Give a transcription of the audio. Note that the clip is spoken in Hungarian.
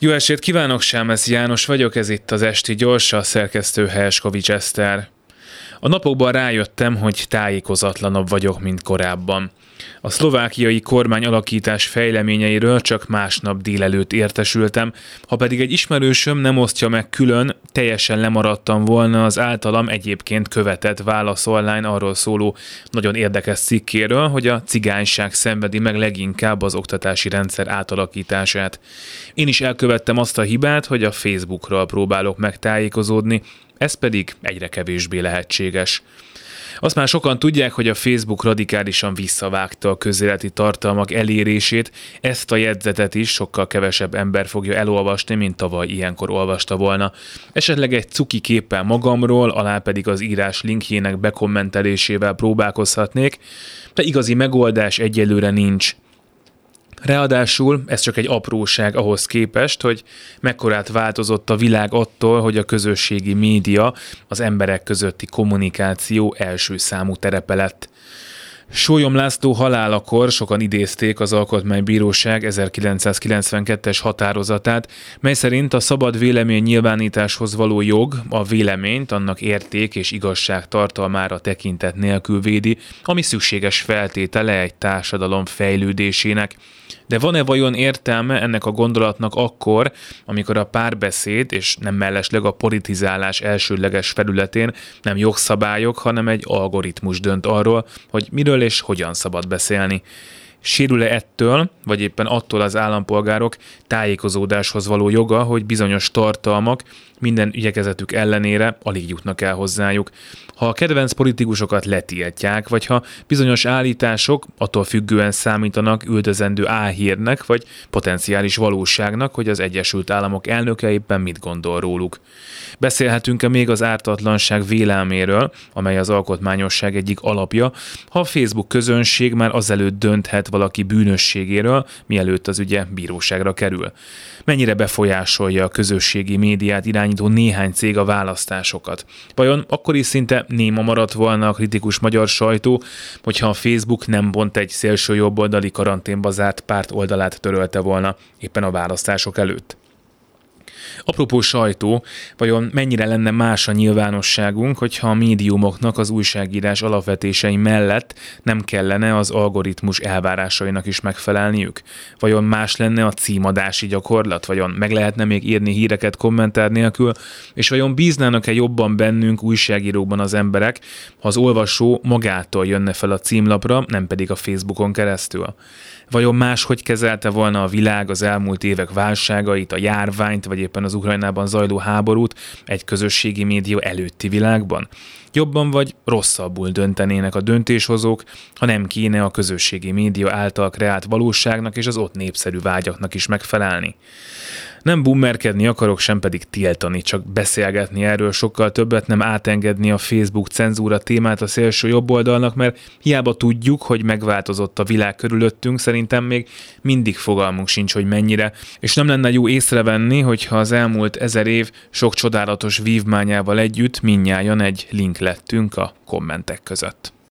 Jó estét kívánok, Sámesz János vagyok, ez itt az Esti Gyors, a szerkesztő Helskovics Eszter. A napokban rájöttem, hogy tájékozatlanabb vagyok, mint korábban. A szlovákiai kormány alakítás fejleményeiről csak másnap délelőtt értesültem, ha pedig egy ismerősöm nem osztja meg külön, teljesen lemaradtam volna az általam egyébként követett Válasz Online arról szóló nagyon érdekes cikkéről, hogy a cigányság szenvedi meg leginkább az oktatási rendszer átalakítását. Én is elkövettem azt a hibát, hogy a Facebookról próbálok megtájékozódni, ez pedig egyre kevésbé lehetséges. Azt már sokan tudják, hogy a Facebook radikálisan visszavágta a közéleti tartalmak elérését, ezt a jegyzetet is sokkal kevesebb ember fogja elolvasni, mint tavaly ilyenkor olvasta volna. Esetleg egy cuki képpel magamról, alá pedig az írás linkjének bekommentelésével próbálkozhatnék, de igazi megoldás egyelőre nincs. Ráadásul ez csak egy apróság ahhoz képest, hogy mekkorát változott a világ attól, hogy a közösségi média az emberek közötti kommunikáció első számú terepe lett. Sólyom László halálakor sokan idézték az Alkotmánybíróság 1992-es határozatát, mely szerint a szabad vélemény nyilvánításhoz való jog a véleményt annak érték és igazság tartalmára tekintet nélkül védi, ami szükséges feltétele egy társadalom fejlődésének. De van-e vajon értelme ennek a gondolatnak akkor, amikor a párbeszéd és nem mellesleg a politizálás elsődleges felületén nem jogszabályok, hanem egy algoritmus dönt arról, hogy miről és hogyan szabad beszélni? Sérül-e ettől, vagy éppen attól az állampolgárok tájékozódáshoz való joga, hogy bizonyos tartalmak minden igyekezetük ellenére alig jutnak el hozzájuk? Ha a kedvenc politikusokat letiltják, vagy ha bizonyos állítások attól függően számítanak üldözendő álhírnek, vagy potenciális valóságnak, hogy az Egyesült Államok elnöke éppen mit gondol róluk. Beszélhetünk-e még az ártatlanság vélelméről, amely az alkotmányosság egyik alapja, ha a Facebook közönség már azelőtt dönthet valaki bűnösségéről, mielőtt az ügye bíróságra kerül? Mennyire befolyásolja a közösségi médiát irányító néhány cég a választásokat? Vajon akkor is szinte néma maradt volna a kritikus magyar sajtó, hogyha a Facebook nem pont egy szélső jobboldali karanténba zárt párt oldalát törölte volna éppen a választások előtt? Apropó sajtó, vajon mennyire lenne más a nyilvánosságunk, hogyha a médiumoknak az újságírás alapvetései mellett nem kellene az algoritmus elvárásainak is megfelelniük? Vajon más lenne a címadási gyakorlat? Vajon meg lehetne még írni híreket kommentár nélkül? És vajon bíznának-e jobban bennünk újságírókban az emberek, ha az olvasó magától jönne fel a címlapra, nem pedig a Facebookon keresztül? Vajon máshogy kezelte volna a világ az elmúlt évek válságait, a járványt, vagy éppen az Ukrajnában zajló háborút egy közösségi média előtti világban? Jobban vagy rosszabbul döntenének a döntéshozók, ha nem kéne a közösségi média által kreált valóságnak és az ott népszerű vágyaknak is megfelelni? Nem bummerkedni akarok, sem pedig tiltani, csak beszélgetni erről sokkal többet, nem átengedni a Facebook cenzúra témát a szélső jobboldalnak, mert hiába tudjuk, hogy megváltozott a világ körülöttünk, szerintem még mindig fogalmunk sincs, hogy mennyire, és nem lenne jó észrevenni, hogyha az elmúlt 1000 év sok csodálatos vívmányával együtt mindnyájan egy link lettünk a kommentek között.